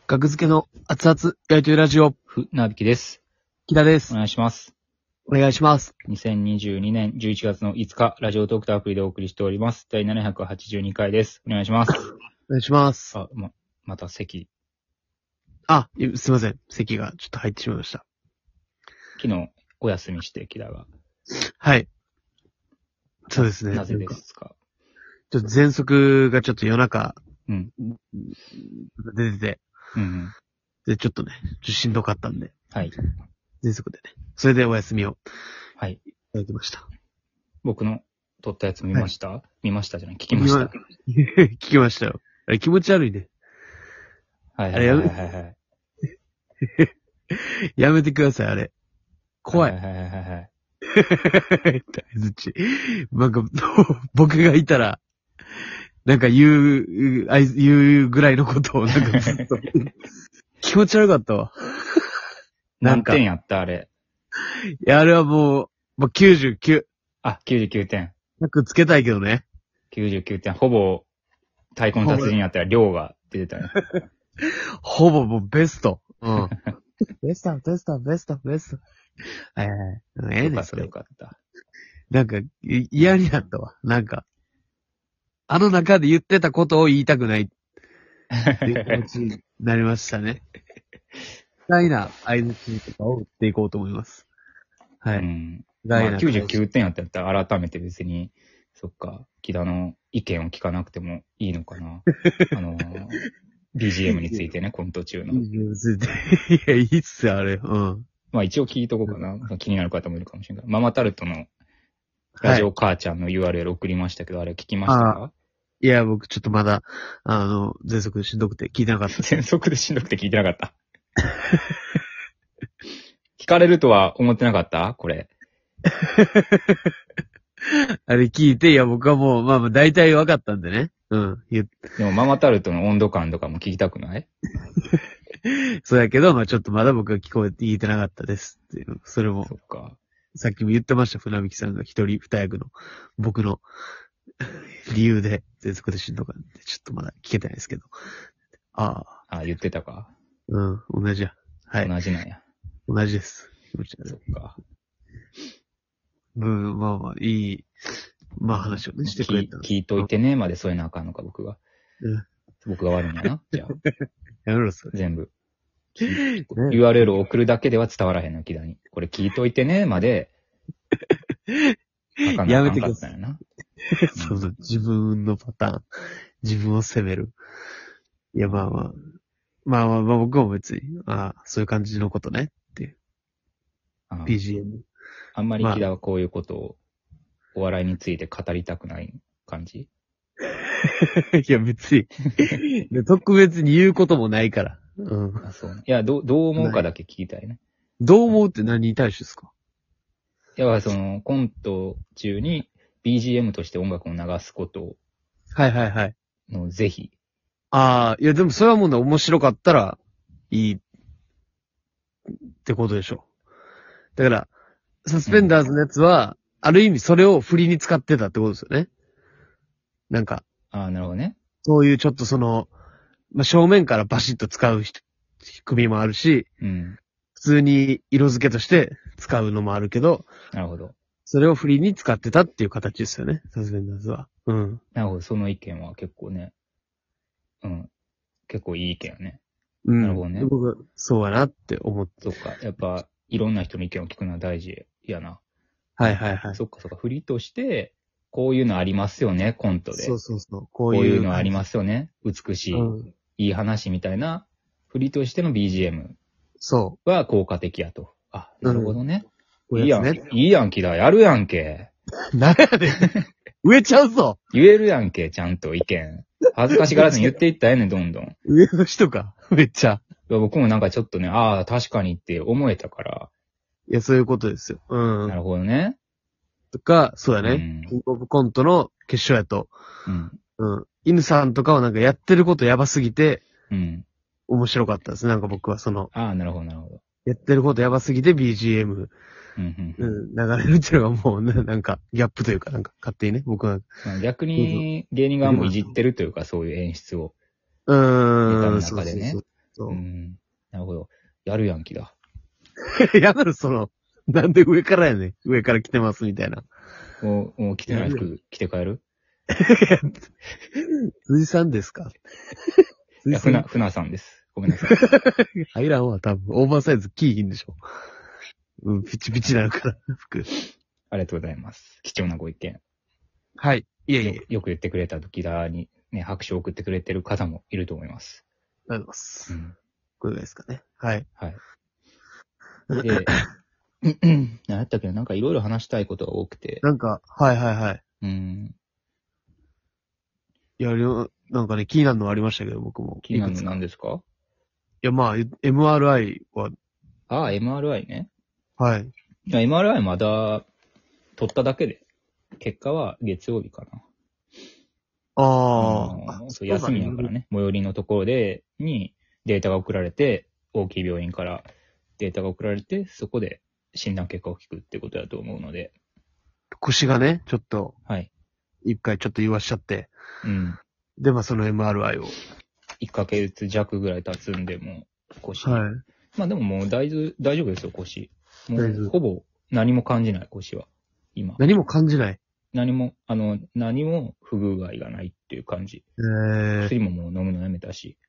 学付けの熱々焼いてるラジオ、 なびきです。 木田です。 お願いします。 お願いします。 2022年11月の5日、ラジオトークとアプリでお送りしております。第782回です。お願いします。 お願いします。 また席。 すいません。席がちょっと入ってしまいました。 昨日お休みして、木田が。 はい。そうですね。 なぜですか？ ちょっと喘息がちょっと夜中、出てて、で、ちょっとね、しんどかったんで、 はい。 喘息でね。それでお休みを。 はい。 いただきました。 僕の撮ったやつ見ました？見ましたじゃない、聞きました。 聞きましたよ。あれ気持ち悪いね。 はいはいはいはい。 やめてください、あれ。怖い。 はいはいはいはい。 なんか、僕がいたら、なんか言うぐらいのことをなんかずっと気持ち悪かったわ。 何点やったあれ。 いや、あれはもう、99。 99点。 100つけたいけどね。 99点。ほぼ、太鼓の達人やったら量が出てたね。 ほぼもうベスト。うん。ベスト。はい。ええねん、それ。 よかった。 なんか、嫌になったわ。なんか、あの中で言ってたことを言いたくないっていう気持ちになりましたね。大な相槌とかを打っていこうと思います。はい。 99点やったら改めて別に、そっか、木田の意見を聞かなくてもいいのかな。BGM についてね、コント中の。 BGM について。いや、いいっすよ、あれ。うん。 まあ一応聞いとこうかな。気になる方もいるかもしれない。ママタルトのラジオ母ちゃんの URL 送りましたけど、あれ聞きましたか？ いや、僕ちょっとまだ、喘息でしんどくて聞いてなかった。 喘息でしんどくて聞いてなかった。聞かれるとは思ってなかったこれ。 あれ聞いて、いや、僕はもう、まあ大体分かったんでね。うん。 でもママタルトの温度感とかも聞きたくない？ そうやけど、まあちょっとまだ僕は聞いてなかったですっていう。それも。 そっか。 さっきも言ってました、船引さんが一人二役の僕の理由で喘息でしんどかったんで、ちょっとまだ聞けてないですけど。 言ってたか。 うん、同じや。はい。 同じなんや。 同じです。 そっか。 まあ、いい、まあ話をね、してくれた。 聞いといてね、まで添えなあかんのか、僕が。僕が悪いんやな、じゃあ。 やめろ、それ。 全部。URL を送るだけでは伝わらへんの、木田に。これ聞いといてね、まで。 やめてください。 そう、 自分のパターン。自分を責める。いや、まあ、僕も別に、そういう感じのことね、っていう。BGM。 あんまり木田はこういうことを、お笑いについて語りたくない感じ？ いや、別に。特別に言うこともないから。 うん。そうね。いや、どう思うかだけ聞きたいね。 どう思うって何に対してですか？ いや、コント中に BGM として音楽を流すことを。 はい。 ぜひ。 いや、でもそれはもうね、面白かったらいいってことでしょ。だから、サスペンダーズのやつは、ある意味それを振りに使ってたってことですよね。なんか。 なるほどね。 そういうちょっと正面からバシッと使う組もあるし、普通に色付けとして使うのもあるけど、 なるほど。 それを振りに使ってたっていう形ですよね、サスペンダーズは。 なるほど、その意見は結構ね、結構いい意見よね。 なるほどね。僕はそうやなって思って。 そっか、やっぱ、いろんな人の意見を聞くのは大事やな。 はい。 そっか、振りとして、こういうのありますよね、コントで。 そう。 こういうのありますよね。美しい、いい話みたいな、振りとしての BGM は効果的やと。なるほどね。いいやん、木田。やるやんけ。 なんやで。植えちゃうぞ。 言えるやんけ、ちゃんと意見。恥ずかしがらずに言っていったらええねん、どんどん。 上の人か。めっちゃ。 いや僕もなんかちょっとね、確かにって思えたから。 いや、そういうことですよ。 なるほどね。 とか、そうだね。キングオブコントの決勝やと。犬さんとかはなんかやってることやばすぎて、面白かったです。なんか僕はなるほど。 やってることやばすぎて BGM、流れるっていうのがもうなんかギャップというかなんか勝手にね、僕は。 逆に芸人側もいじってるというかそういう演出を。ネタの中でね。 そう。 なるほど。やるやんきだ。 やめろ、なんで上からやねん。上から来てますみたいな。 もう着てない服着て帰る？ 辻さんですか？ いや、船さんです。ごめんなさい。 入らんわ、多分。オーバーサイズキーひんでしょ。ピチピチなるから、服。 ありがとうございます。貴重なご意見。 はい。いえいえ。 よく言ってくれた時だにね、拍手を送ってくれてる方もいると思います。 ありがとうございます。これぐらいですかね。はい。 はい。で、何やったっけな、なんかいろいろ話したいことが多くて。 はい。いや、なんかね、気になるのありましたけど、僕も。 気になるの何ですか？ いや、まあ、MRI は。 MRI ね。 はい。 いや、MRI まだ、取っただけで。結果は月曜日かな。そう、休みやからね。最寄りのところにデータが送られて、大きい病院からデータが送られて、そこで診断結果を聞くってことだと思うので。 腰がね、ちょっと。 はい。 一回ちょっと言わしちゃって。で、まあその MRI を。 1ヶ月弱ぐらい経つんで、もう腰。 はい。 まあでももう大丈夫ですよ、腰。もうほぼ何も感じない、腰は。今。 何も感じない。 何も不具合がないっていう感じ。薬ももう飲むのやめたし。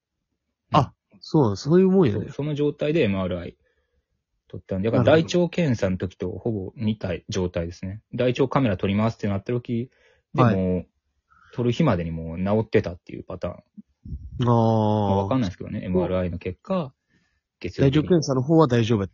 そういうもんやね。 その状態で MRI 取ったんで、だから大腸検査の時とほぼ似た状態ですね。大腸カメラ撮りますってなった時でも、撮る日までにもう治ってたっていうパターン。わかんないですけどね、MRI の結果、 大腸検査の方は大丈夫だった。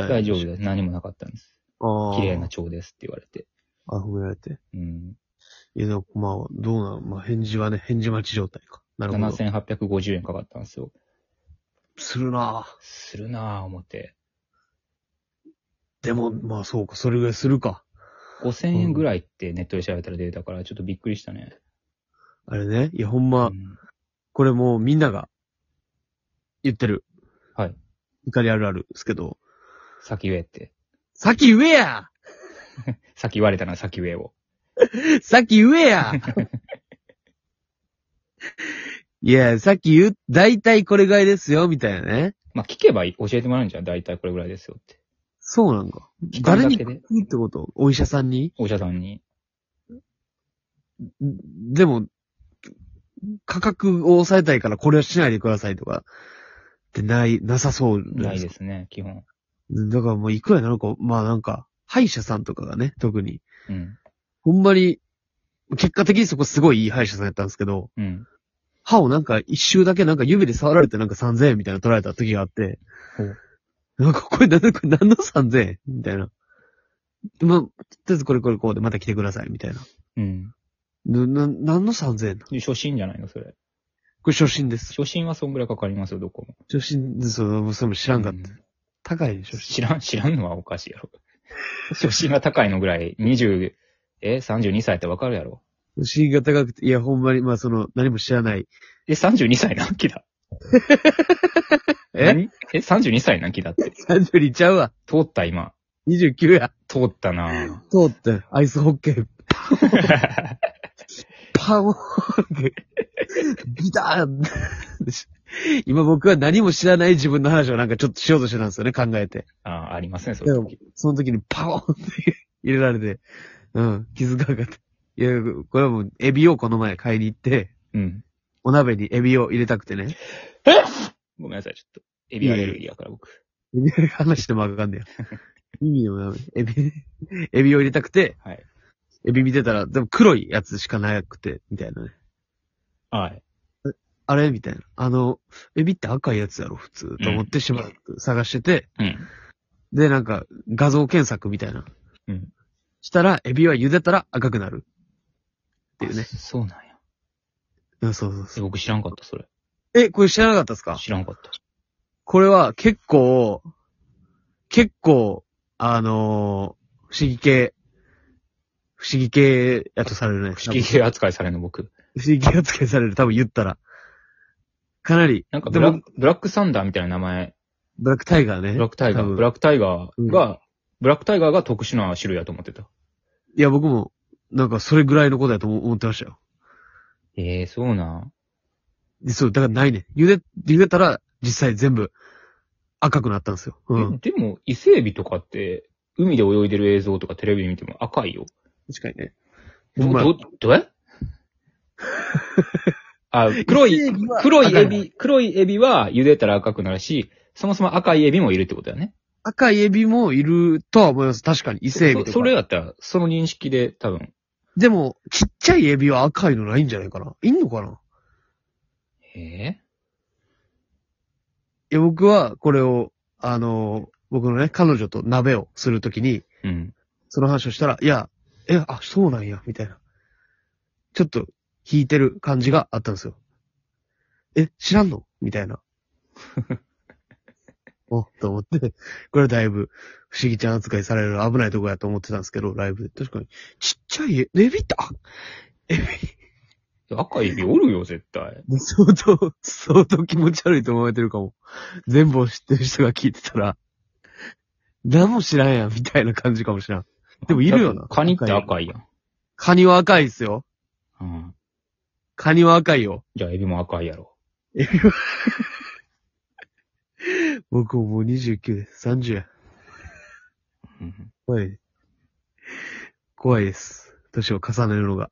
大丈夫です。何もなかったんです。綺麗な腸ですって言われて。 褒められて。いや、でも、まあ、どうなの？まあ、返事待ち状態か。なるほど。 7850円かかったんですよ。 するなぁ、思って。 でも、まあそうか、それぐらいするか。 5000円ぐらいってネットで調べたら出たからちょっとびっくりしたね。 あれね、いやほんま、これもうみんなが言ってる。 はい。 怒りあるあるですけど。 先上って。 先上や先言われたな、先上を。 先上やいや、さっきだいたいこれぐらいですよ、みたいなね。 まあ、聞けば教えてもらうんじゃん。だいたいこれぐらいですよって。 そうなんか。誰に聞くってこと？お医者さんに？ お医者さんに。 でも、価格を抑えたいからこれはしないでくださいとか、ってなさそうです。 ないですね、基本。 だからもういくらなのか、まあなんか、歯医者さんとかがね、特に。ほんまに、結果的にそこすごいいい歯医者さんやったんですけど、歯をなんか一周だけなんか指で触られてなんか3000円みたいな取られた時があって、なんかこれ何の3000円みたいな。まあ、とりあえずこれこうでまた来てくださいみたいな。何の3000円なの？初心じゃないのそれ。 これ初心です。 初心はそんぐらいかかりますよ、どこも。 初心です。それも知らんかった。高いでしょ。 知らんのはおかしいやろ。初心が高いのぐらい、32歳ってわかるやろ。 初心が高くて、いや、ほんまに、まあ何も知らない。 32歳なんきだ。32歳なんきだって。 32ちゃうわ。 通った今。 29や。 通ったな通った。アイスホッケー。パオーンビターン今僕は何も知らない自分の話をなんかちょっとしようとしてたんですよね、考えて。 ありますね、その時。その時にパオーンって入れられて、気づかなかった。いや、これはもう、エビをこの前買いに行って、お鍋にエビを入れたくてね。 ごめんなさい、ちょっと。エビアレルギーやから僕。 エビ話してもあかんねや。意味でもダメ。エビを入れたくて、エビ見てたら、でも黒いやつしかなくて、みたいなね。あれみたいな。エビって赤いやつやろ、普通。と思ってしばらく探してて、で、なんか、画像検索みたいな。したら、エビは茹でたら赤くなる。っていうね。 そうなんや。そう。 僕知らんかった、それ。 これ知らなかったですか？ 知らんかった。 これは結構、不思議系やとされるね。 不思議系扱いされるの、僕。 不思議系扱いされる、多分言ったら。かなり。 なんかブラックサンダーみたいな名前。 ブラックタイガーね。 ブラックタイガーが特殊な種類やと思ってた。 いや、僕も、なんかそれぐらいのことやと思ってましたよ。 そうなん。 そう、だからないね。茹でたら実際全部赤くなったんですよ。うん。 でも、伊勢海老とかって、海で泳いでる映像とかテレビで見ても赤いよ。 確かにね。 どれ黒いエビは茹でたら赤くなるし、そもそも赤いエビもいるってことだよね。 赤いエビもいるとは思います。確かに、伊勢エビとか。 それやったら、その認識で多分。 でも、ちっちゃいエビは赤いのないんじゃないかな。いんのかな。いや、僕は、これを、僕のね、彼女と鍋をするときに、 うん。 その話をしたら、いや、そうなんや、みたいな。ちょっと、引いてる感じがあったんですよ。知らんのみたいな。と思って、これはだいぶ、不思議ちゃん扱いされる危ないとこやと思ってたんですけど、ライブで。確かに、ちっちゃいエビって、エビ。 赤いエビおるよ、絶対。 相当気持ち悪いと思われてるかも。全部を知ってる人が聞いてたら、何も知らんやん、みたいな感じかもしらん。でもいるよな。 カニって赤いやん。 カニは赤いっすよ。 うん。 カニは赤いよ。 じゃあエビも赤いやろ。 エビは僕もう29です。30や。怖い。怖いです。年を重ねるのが。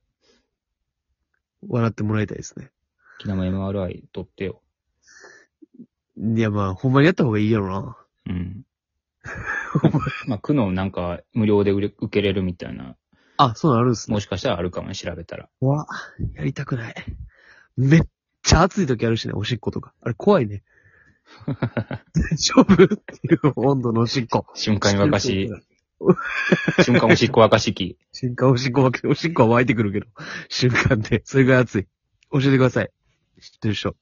笑ってもらいたいですね。 きなも MRI 取ってよ。 いや、まあ、ほんまにやった方がいいやろな。 うん。まあ、区のなんか、無料で受けれるみたいな。 そうなるんすね。 もしかしたらあるかもね、調べたら。 やりたくない。めっちゃ暑い時あるしね、おしっことか。あれ怖いね。大丈夫っていう温度のおしっこ。 瞬間沸かし。瞬間おしっこ沸かし器。 瞬間おしっこは湧いてくるけど。瞬間で。それぐらい暑い。教えてください。知ってる人。